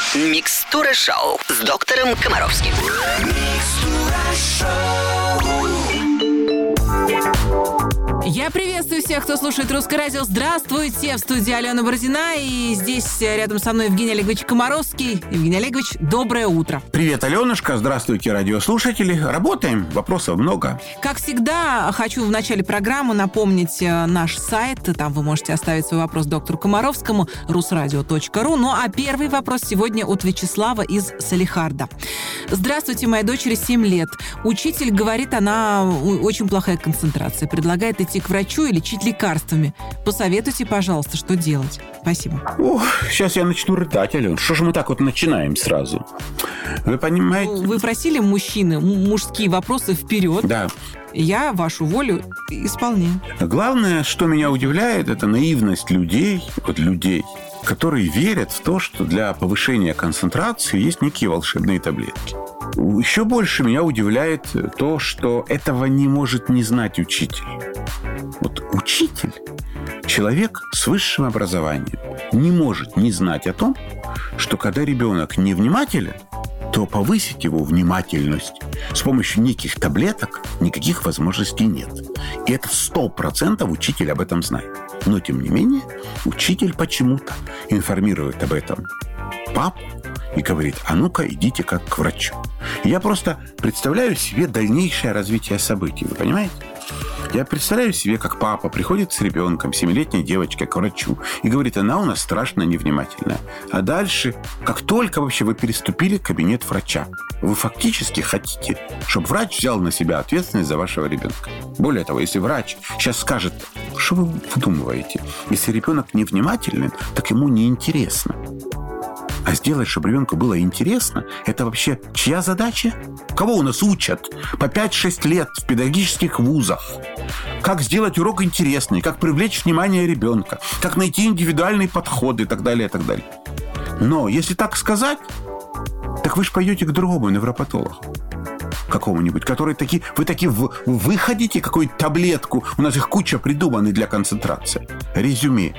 Микстура шоу с доктором Комаровским. Я приветствую всех, кто слушает Русское радио. Здравствуйте! В студии Алена Бородина. И здесь рядом со мной Евгений Олегович Комаровский. Евгений Олегович, доброе утро. Привет, Аленушка. Здравствуйте, радиослушатели. Работаем. Вопросов много. Как всегда, хочу в начале программы напомнить наш сайт. Там вы можете оставить свой вопрос доктору Комаровскому. rusradio.ru. Ну а первый вопрос сегодня от Вячеслава из Салехарда. Здравствуйте, моей дочери 7 лет. Учитель говорит, она очень плохая концентрация. Предлагает идти к врачу и лечить лекарствами. Посоветуйте, пожалуйста, что делать. Спасибо. Ох, сейчас я начну рыдать, Ален. Что же мы так вот начинаем сразу? Вы понимаете? Вы просили мужчины мужские вопросы вперед. Да. Я вашу волю исполняю. Главное, что меня удивляет, это наивность людей, которые верят в то, что для повышения концентрации есть некие волшебные таблетки. Еще больше меня удивляет то, что этого не может не знать учитель. Вот учитель, человек с высшим образованием, не может не знать о том, что когда ребенок невнимателен, то повысить его внимательность с помощью неких таблеток никаких возможностей нет. И это 100% учитель об этом знает. Но, тем не менее, учитель почему-то информирует об этом папу и говорит: а ну-ка, идите как к врачу. И я просто представляю себе дальнейшее развитие событий, вы понимаете? Я представляю себе, как папа приходит с ребенком, 7-летней девочкой, к врачу и говорит: она у нас страшно невнимательная. А дальше, как только вообще вы переступили кабинет врача, вы фактически хотите, чтобы врач взял на себя ответственность за вашего ребенка. Более того, если врач сейчас скажет: что вы выдумываете? Если ребенок невнимательный, так ему неинтересно. А сделать, чтобы ребенку было интересно, это вообще чья задача? Кого у нас учат по 5-6 лет в педагогических вузах? Как сделать урок интересный, как привлечь внимание ребенка, как найти индивидуальные подходы и так далее, и так далее. Но если так сказать, так вы же пойдете к другому невропатологу какому-нибудь, который вы ходите какую-то таблетку, у нас их куча придуманы для концентрации. Резюме.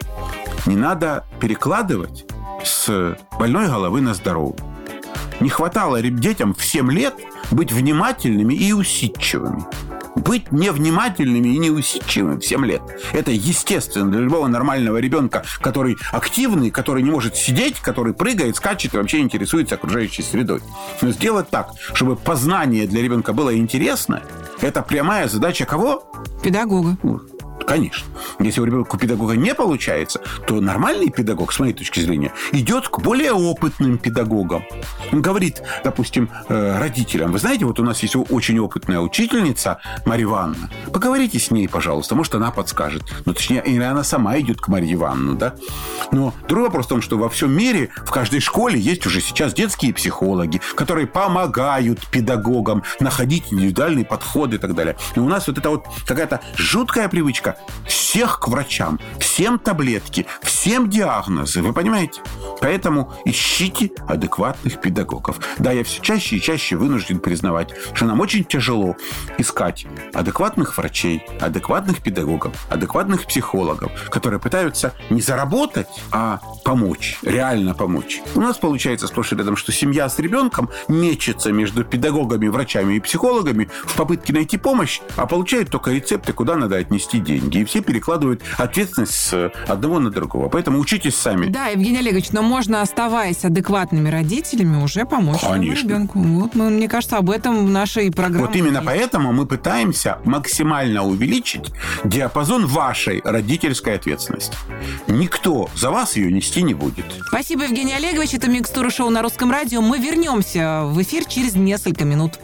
Не надо перекладывать с больной головы на здоровую. Не хватало детям в 7 лет быть внимательными и усидчивыми. Быть невнимательными и неусидчивыми в 7 лет. Это естественно для любого нормального ребенка, который активный, который не может сидеть, который прыгает, скачет и вообще интересуется окружающей средой. Но сделать так, чтобы познание для ребенка было интересно, это прямая задача кого? Педагога. Конечно. Если у ребенка у педагога не получается, то нормальный педагог, с моей точки зрения, идет к более опытным педагогам. Он говорит, допустим, родителям: вы знаете, вот у нас есть очень опытная учительница Марья Ивановна. Поговорите с ней, пожалуйста, может, она подскажет. Ну, точнее, она сама идет к Марье Ивановне, да? Но другой вопрос в том, что во всем мире, в каждой школе есть уже сейчас детские психологи, которые помогают педагогам находить индивидуальные подходы и так далее. И у нас вот это вот какая-то жуткая привычка всех к врачам, всем таблетки, всем диагнозы, вы понимаете? Поэтому ищите адекватных педагогов. Да, я все чаще и чаще вынужден признавать, что нам очень тяжело искать адекватных врачей, адекватных педагогов, адекватных психологов, которые пытаются не заработать, а помочь, реально помочь. У нас получается сплошь и рядом, что семья с ребенком мечется между педагогами, врачами и психологами в попытке найти помощь, а получает только рецепты, куда надо отнести деньги. И все перекладывают ответственность с одного на другого. Поэтому учитесь сами. Да, Евгений Олегович, но можно, оставаясь адекватными родителями, уже помочь своему ребенку. Вот, мне кажется, об этом в нашей программе. Вот именно поэтому мы пытаемся максимально увеличить диапазон вашей родительской ответственности. Никто за вас ее нести не будет. Спасибо, Евгений Олегович. Это «Микстура шоу» на Русском радио. Мы вернемся в эфир через несколько минут.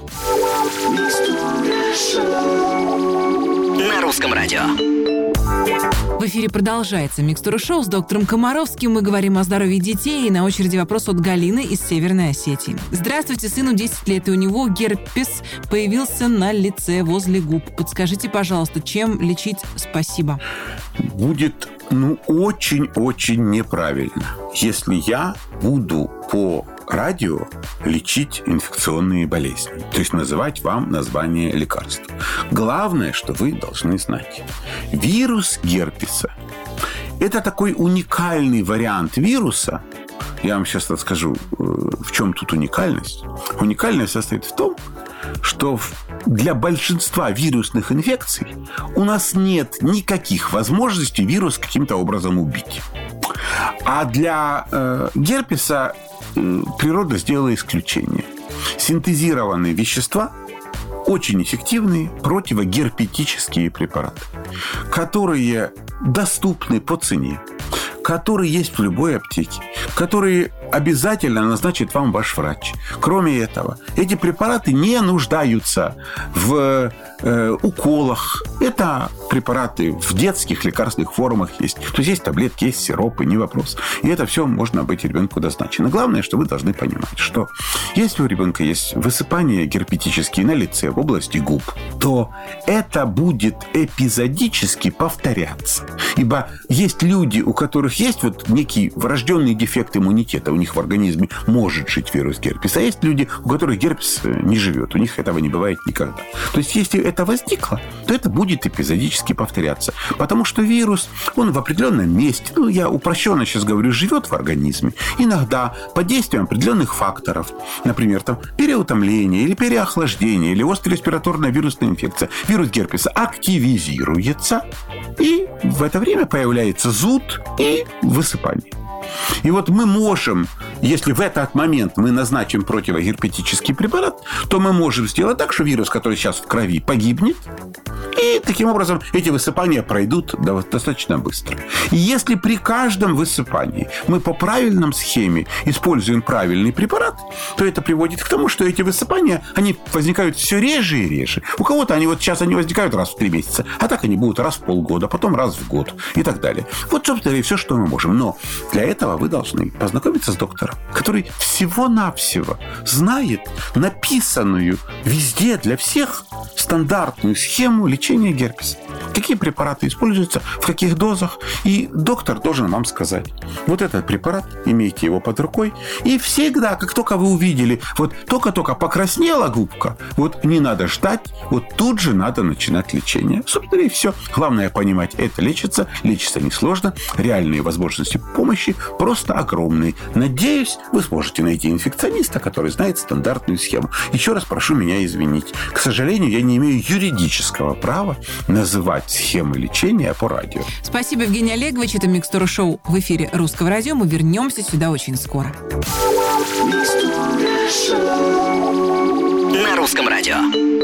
На Русском радио. В эфире продолжается «Микстура шоу» с доктором Комаровским. Мы говорим о здоровье детей. И на очереди вопрос от Галины из Северной Осетии. Здравствуйте, сыну 10 лет, и у него герпес появился на лице возле губ. Подскажите, пожалуйста, чем лечить? Спасибо. Будет, очень-очень неправильно, если я буду по радио лечить инфекционные болезни. То есть называть вам название лекарств. Главное, что вы должны знать. Вирус герпеса – это такой уникальный вариант вируса, я вам сейчас расскажу, в чем тут уникальность. Уникальность состоит в том, что для большинства вирусных инфекций у нас нет никаких возможностей вирус каким-то образом убить. А для герпеса природа сделала исключение. Синтезированные вещества очень эффективные противогерпетические препараты, которые доступны по цене, которые есть в любой аптеке, которые обязательно назначит вам ваш врач. Кроме этого, эти препараты не нуждаются в уколах. Это препараты в детских лекарственных формах есть. То есть есть таблетки, есть сиропы, не вопрос. И это все можно быть ребенку назначено. Главное, что вы должны понимать, что если у ребенка есть высыпания герпетические на лице, в области губ, то это будет эпизодически повторяться. Ибо есть люди, у которых есть вот некий врожденный дефект иммунитета, у них в организме может жить вирус герпеса, а есть люди, у которых герпес не живет, у них этого не бывает никогда. То есть если это возникло, то это будет эпизодически повторяться. Потому что вирус, он в определенном месте, я упрощенно сейчас говорю, живет в организме. Иногда под действием определенных факторов, например, переутомление или переохлаждение, или острая респираторная вирусная инфекция, вирус герпеса активизируется, и в это время появляется зуд и высыпание. И вот мы можем, если в этот момент мы назначим противогерпетический препарат, то мы можем сделать так, что вирус, который сейчас в крови, погибнет, и таким образом эти высыпания пройдут достаточно быстро. И если при каждом высыпании мы по правильной схеме используем правильный препарат, то это приводит к тому, что эти высыпания, они возникают все реже и реже. У кого-то сейчас они возникают раз в 3 месяца, а так они будут раз в полгода, потом раз в год и так далее. Вот, собственно, и все, что мы можем. Но для этого вы должны познакомиться с доктором, который всего-навсего знает написанную везде для всех стандартную схему лечения герпеса. Какие препараты используются, в каких дозах. И доктор должен вам сказать: вот этот препарат, имейте его под рукой. И всегда, как только вы увидели, вот только-только покраснела губка, вот не надо ждать, вот тут же надо начинать лечение. Собственно, и все. Главное понимать, это лечится несложно. Реальные возможности помощи просто огромные. Надеюсь, вы сможете найти инфекциониста, который знает стандартную схему. Еще раз прошу меня извинить. К сожалению, я не имею юридического права называть схемы лечения по радио. Спасибо, Евгений Олегович. Это «Микстура шоу» в эфире Русского радио. Мы вернемся сюда очень скоро. На Русском радио.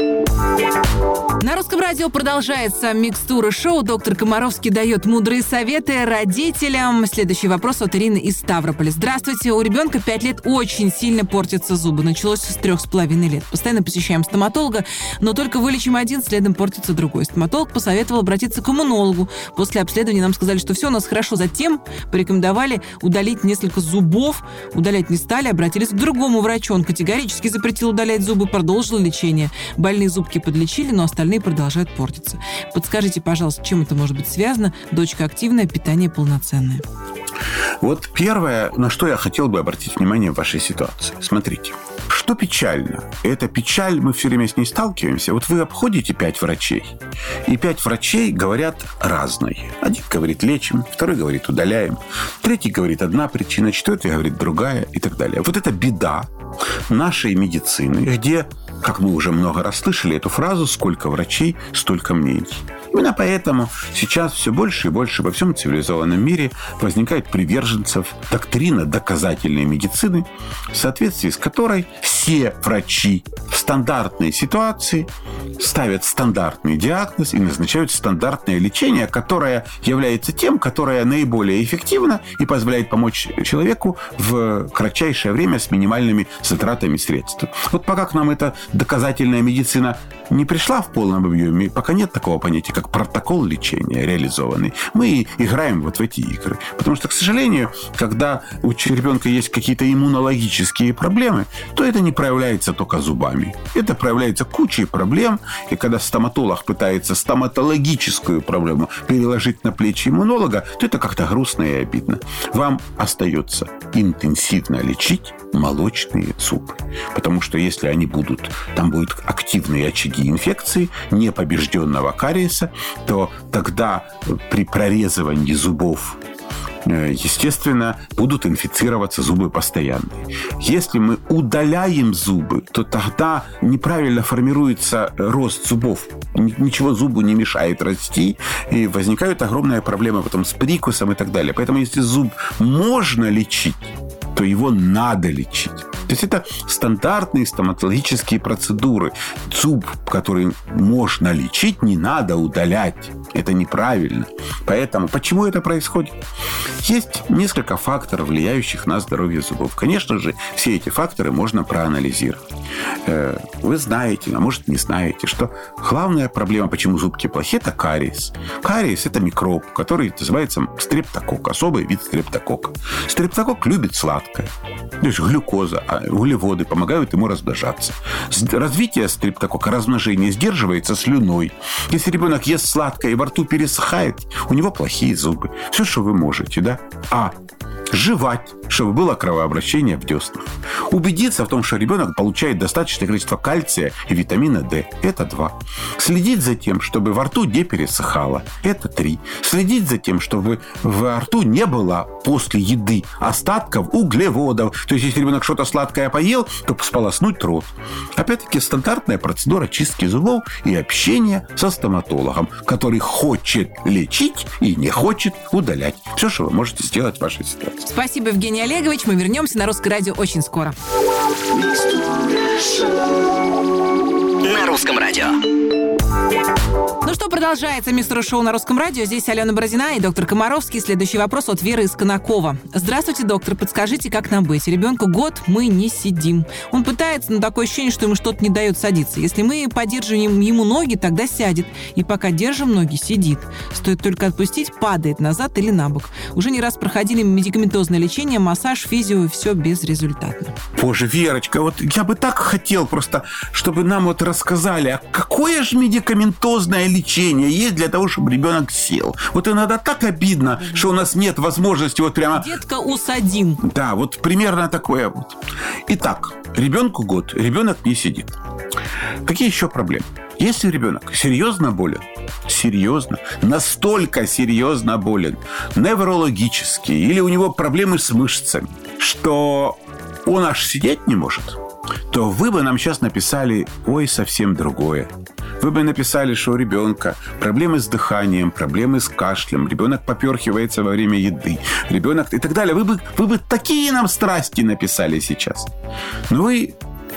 На Русском радио продолжается «Микстура шоу». Доктор Комаровский дает мудрые советы родителям. Следующий вопрос от Ирины из Ставрополя. Здравствуйте. У ребенка 5 лет очень сильно портятся зубы. Началось с 3,5 лет. Постоянно посещаем стоматолога, но только вылечим один, следом портится другой. Стоматолог посоветовал обратиться к иммунологу. После обследования нам сказали, что все у нас хорошо. Затем порекомендовали удалить несколько зубов. Удалять не стали, обратились к другому врачу. Он категорически запретил удалять зубы, продолжил лечение. Больные зубки подлечили, но остальные продолжают портиться. Подскажите, пожалуйста, чем это может быть связано? Дочка активная, питание полноценное. Вот первое, на что я хотел бы обратить внимание в вашей ситуации. Смотрите, что печально? Эта печаль, мы все время с ней сталкиваемся. Вот вы обходите 5 врачей, и 5 врачей говорят разное. Один говорит лечим, второй говорит удаляем, третий говорит одна причина, четвертый говорит другая и так далее. Вот это беда нашей медицины, где, как мы уже много раз слышали эту фразу, сколько врачей, столько мнений. Именно поэтому сейчас все больше и больше во всем цивилизованном мире возникает приверженцев доктрина доказательной медицины, в соответствии с которой все врачи в стандартной ситуации ставят стандартный диагноз и назначают стандартное лечение, которое является тем, которое наиболее эффективно и позволяет помочь человеку в кратчайшее время с минимальными затратами средств. Вот пока к нам эта доказательная медицина не пришла в полном объеме, пока нет такого понятия, как протокол лечения реализованный, мы играем вот в эти игры. Потому что, к сожалению, когда у ребенка есть какие-то иммунологические проблемы, то это не проявляется только зубами. Это проявляется кучей проблем. И когда стоматолог пытается стоматологическую проблему переложить на плечи иммунолога, то это как-то грустно и обидно. Вам остается интенсивно лечить молочные зубы. Потому что если они будут, там будут активные очаги инфекции, непобежденного кариеса, то тогда при прорезывании зубов естественно, будут инфицироваться зубы постоянно. Если мы удаляем зубы, то тогда неправильно формируется рост зубов. Ничего зубу не мешает расти, и возникают огромные проблемы потом с прикусом и так далее. Поэтому если зуб можно лечить, то его надо лечить. То есть это стандартные стоматологические процедуры. Зуб, который можно лечить, не надо удалять. Это неправильно. Поэтому почему это происходит? Есть несколько факторов, влияющих на здоровье зубов. Конечно же, все эти факторы можно проанализировать. Вы знаете, а может не знаете, что главная проблема, почему зубки плохие, это кариес. Кариес – это микроб, который называется стрептококк, особый вид стрептококка. Стрептококк любит сладкое. То есть глюкоза, углеводы помогают ему размножаться. Развитие стрептококка, размножение сдерживается слюной. Если ребенок ест сладкое и во рту пересыхает, у него плохие зубы. Все, что вы можете, да? Жевать, чтобы было кровообращение в деснах. Убедиться в том, что ребенок получает достаточное количество кальция и витамина D. Это 2. Следить за тем, чтобы во рту не пересыхало. Это 3. Следить за тем, чтобы во рту не было после еды остатков углеводов. То есть, если ребенок что-то сладкое поел, то сполоснуть рот. Опять-таки, стандартная процедура чистки зубов и общение со стоматологом, который хочет лечить и не хочет удалять. Все, что вы можете сделать в вашей ситуации. Спасибо, Евгений Олегович. Мы вернемся на Русское радио очень скоро. На Русском радио. Ну что, продолжается «Мистер Шоу» на Русском радио. Здесь Алена Бородина и доктор Комаровский. Следующий вопрос от Веры из Конакова. Здравствуйте, доктор. Подскажите, как нам быть? Ребенку год, мы не сидим. Он пытается, но такое ощущение, что ему что-то не дает садиться. Если мы поддерживаем ему ноги, тогда сядет. И пока держим ноги, сидит. Стоит только отпустить, падает назад или на бок. Уже не раз проходили медикаментозное лечение, массаж, физио, и все безрезультатно. Боже, Верочка, вот я бы так хотел просто, чтобы нам вот рассказали, а какое же медикаментозное лечение есть для того, чтобы ребенок сел. Вот иногда так обидно, что у нас нет возможности вот прямо... Детка, усадим. Да, вот примерно такое вот. Итак, ребенку год, ребенок не сидит. Какие еще проблемы? Если ребенок серьезно болен, настолько серьезно болен, неврологически, или у него проблемы с мышцами, что он аж сидеть не может, то вы бы нам сейчас написали, ой, совсем другое. Вы бы написали, что у ребенка проблемы с дыханием, проблемы с кашлем, ребенок поперхивается во время еды, ребенок и так далее. Вы бы такие нам страсти написали сейчас. Но вы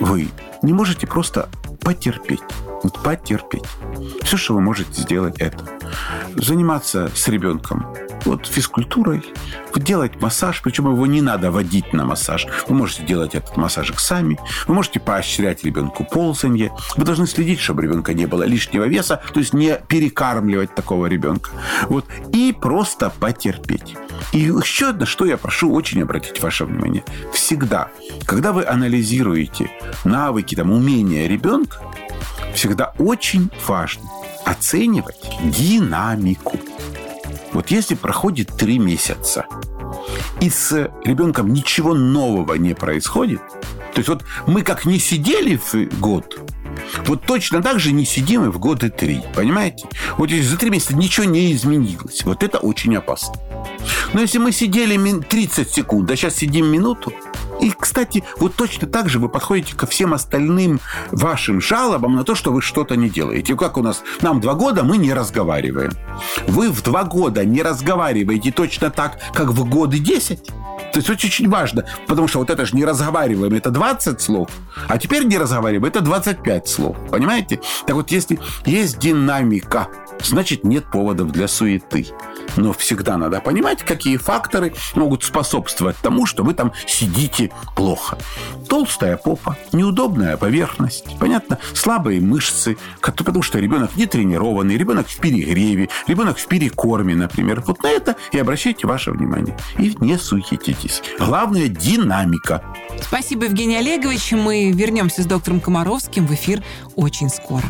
не можете просто потерпеть. Вот потерпеть. Все, что вы можете сделать, это заниматься с ребенком вот физкультурой, делать массаж, причем его не надо водить на массаж. Вы можете делать этот массажик сами, вы можете поощрять ребенку ползанье, вы должны следить, чтобы у ребенка не было лишнего веса, то есть не перекармливать такого ребенка. Вот. И просто потерпеть. И еще на что я прошу очень обратить ваше внимание. Всегда, когда вы анализируете навыки, умения ребенка, всегда очень важно оценивать динамику. Вот если проходит 3 месяца, и с ребенком ничего нового не происходит, то есть вот мы как не сидели в год, вот точно так же не сидим и в годы 3. Понимаете? Вот если за 3 месяца ничего не изменилось, вот это очень опасно. Но если мы сидели 30 секунд, а сейчас сидим минуту, и, кстати, вот точно так же вы подходите ко всем остальным вашим жалобам на то, что вы что-то не делаете. Как у нас? Нам 2 года, мы не разговариваем. Вы в 2 года не разговариваете точно так, как в годы 10. То есть очень важно, потому что вот это же не разговариваем, это 20 слов, а теперь не разговариваем, это 25 слов. Понимаете? Так вот, если есть динамика, значит, нет поводов для суеты. Но всегда надо понимать, какие факторы могут способствовать тому, что вы там сидите плохо. Толстая попа, неудобная поверхность, понятно, слабые мышцы, потому что ребенок не тренированный, ребенок в перегреве, ребенок в перекорме, например. Вот на это и обращайте ваше внимание. И не суетитесь. Главное – динамика. Спасибо, Евгений Олегович. Мы вернемся с доктором Комаровским в эфир очень скоро.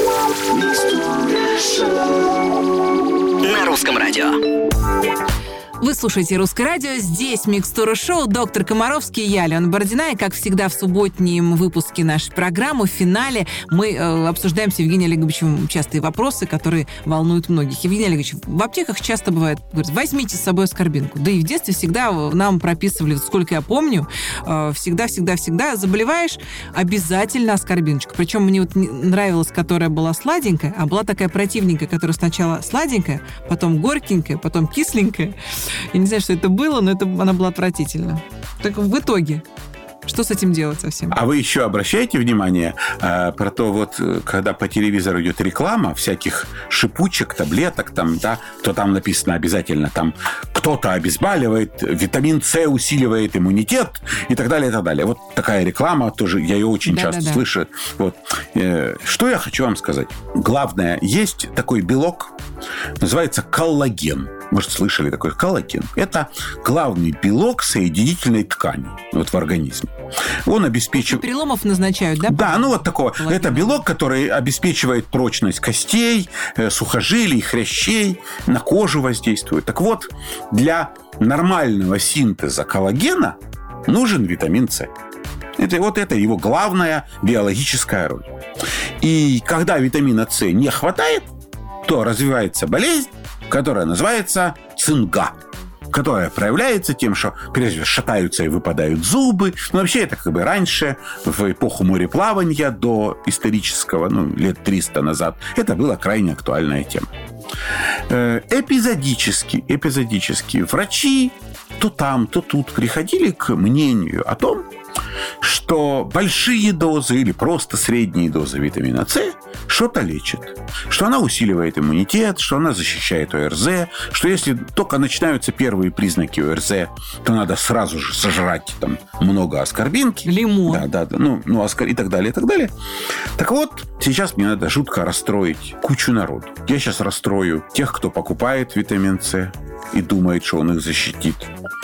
На Русском радио. Вы слушаете «Русское радио». Здесь «Микстура шоу». Доктор Комаровский, я, Алена Бородина. И, как всегда, в субботнем выпуске нашей программы, в финале, мы обсуждаем с Евгением Олеговичем частые вопросы, которые волнуют многих. Евгений Олегович, в аптеках часто бывает, говорят, возьмите с собой аскорбинку. Да и в детстве всегда нам прописывали, сколько я помню, всегда заболеваешь, обязательно аскорбиночку. Причем мне вот нравилась, которая была сладенькая, а была такая противненькая, которая сначала сладенькая, потом горькенькая, потом кисленькая. Я не знаю, что это было, но она была отвратительна. Так в итоге, что с этим делать совсем? А вы еще обращаете внимание про то, вот, когда по телевизору идет реклама всяких шипучек, таблеток, там, да, то там написано обязательно, там, кто-то обезболивает, витамин С усиливает иммунитет и так далее, и так далее. Вот такая реклама тоже, я ее очень часто слышу. Вот. Что я хочу вам сказать? Главное, есть такой белок, называется коллаген. Может, слышали такой коллаген? Это главный белок соединительной ткани вот в организме. Он обеспечивает... Переломов назначают, да? Да, ну вот такого. Коллаген. Это белок, который обеспечивает прочность костей, сухожилий, хрящей, на кожу воздействует. Так вот, для нормального синтеза коллагена нужен витамин С. Это его главная биологическая роль. И когда витамина С не хватает, то развивается болезнь, которая называется цинга, которая проявляется тем, что прежде шатаются и выпадают зубы. Но вообще это как бы раньше, в эпоху мореплавания до исторического, лет 300 назад, это была крайне актуальная тема. Эпизодически врачи то там, то тут приходили к мнению о том, что большие дозы или просто средние дозы витамина С что-то лечат. Что она усиливает иммунитет, что она защищает ОРЗ, что если только начинаются первые признаки ОРЗ, то надо сразу же сожрать там много аскорбинки. Лимон. Да. И так далее, и так далее. Так вот, сейчас мне надо жутко расстроить кучу народу. Я сейчас расстрою тех, кто покупает витамин С и думает, что он их защитит.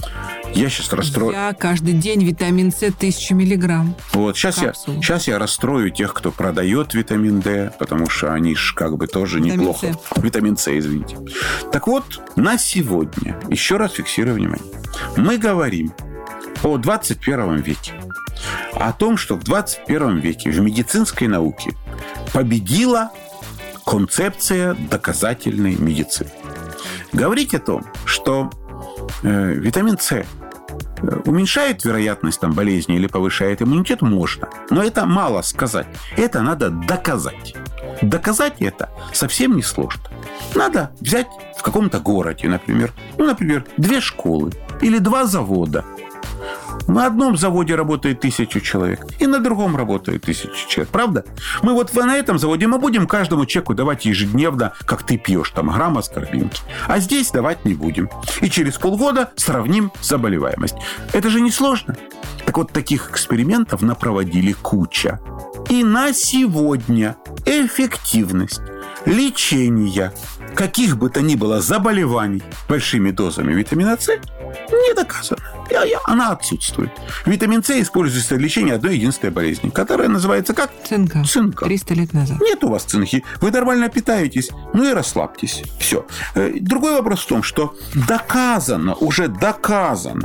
Я сейчас расстрою... Я каждый день витамин С 1000 миллиграмм. Вот, сейчас я расстрою тех, кто продает витамин D, потому что они ж как бы тоже неплохо. Витамин С, извините. Так вот, на сегодня, еще раз фиксирую внимание, мы говорим о 21 веке. О том, что в 21 веке в медицинской науке победила концепция доказательной медицины. Говорить о том, что витамин С уменьшает вероятность болезни или повышает иммунитет, можно. Но это мало сказать. Это надо доказать. Доказать это совсем не сложно. Надо взять в каком-то городе, например, 2 школы или 2 завода. На одном заводе работает 1000 человек, и на другом работает 1000 человек. Правда? Мы вот на этом заводе мы будем каждому человеку давать ежедневно, как ты пьешь, грамм аскорбинки. А здесь давать не будем. И через полгода сравним заболеваемость. Это же не сложно. Так вот, таких экспериментов напроводили куча. И на сегодня эффективность лечения каких бы то ни было заболеваний большими дозами витамина С не доказана. Она отсутствует. Витамин С используется для лечения одной единственной болезни, которая называется как? Цинка. 300 лет назад. Нет у вас цинки. Вы нормально питаетесь, и расслабьтесь. Все. Другой вопрос в том, что уже доказано,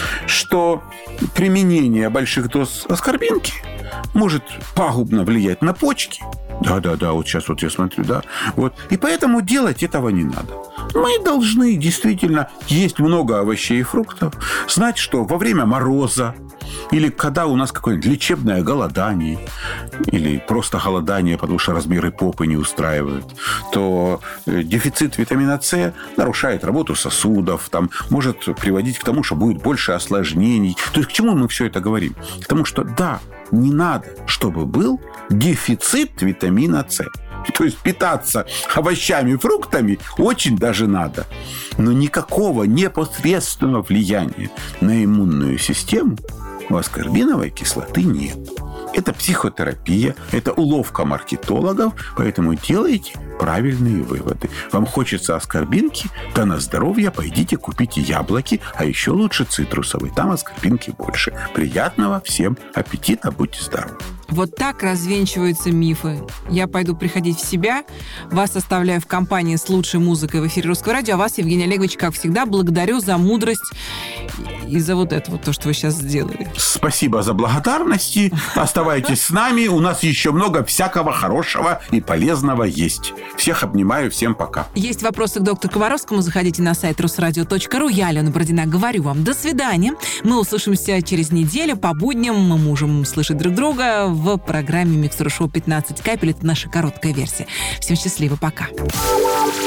что применение больших доз аскорбинки может пагубно влиять на почки. Да, вот сейчас я смотрю, да. Вот. И поэтому делать этого не надо. Мы должны действительно есть много овощей и фруктов, знать, что во время мороза или когда у нас какое-нибудь лечебное голодание или просто голодание, потому что размеры попы не устраивают, то дефицит витамина С нарушает работу сосудов, может приводить к тому, что будет больше осложнений. То есть к чему мы все это говорим? К тому, что не надо, чтобы был дефицит витамина С. То есть питаться овощами и фруктами очень даже надо. Но никакого непосредственного влияния на иммунную систему у аскорбиновой кислоты нет. Это психотерапия, это уловка маркетологов, поэтому делайте правильные выводы. Вам хочется аскорбинки? Да на здоровье пойдите купите яблоки, а еще лучше цитрусовые. Там аскорбинки больше. Приятного всем аппетита, будьте здоровы. Вот так развенчиваются мифы. Я пойду приходить в себя. Вас оставляю в компании с лучшей музыкой в эфире Русского радио. А вас, Евгений Олегович, как всегда, благодарю за мудрость и за вот это вот то, что вы сейчас сделали. Спасибо за благодарности. Оставайтесь с нами. У нас еще много всякого хорошего и полезного есть. Всех обнимаю. Всем пока. Есть вопросы к доктору Комаровскому. Заходите на сайт rusradio.ru. Я, Алена Бородина, говорю вам до свидания. Мы услышимся через неделю по будням. Мы можем слышать друг друга в программе «Микстура Шоу 15 капель». Это наша короткая версия. Всем счастливо. Пока.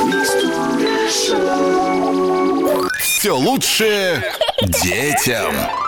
Все лучшее детям.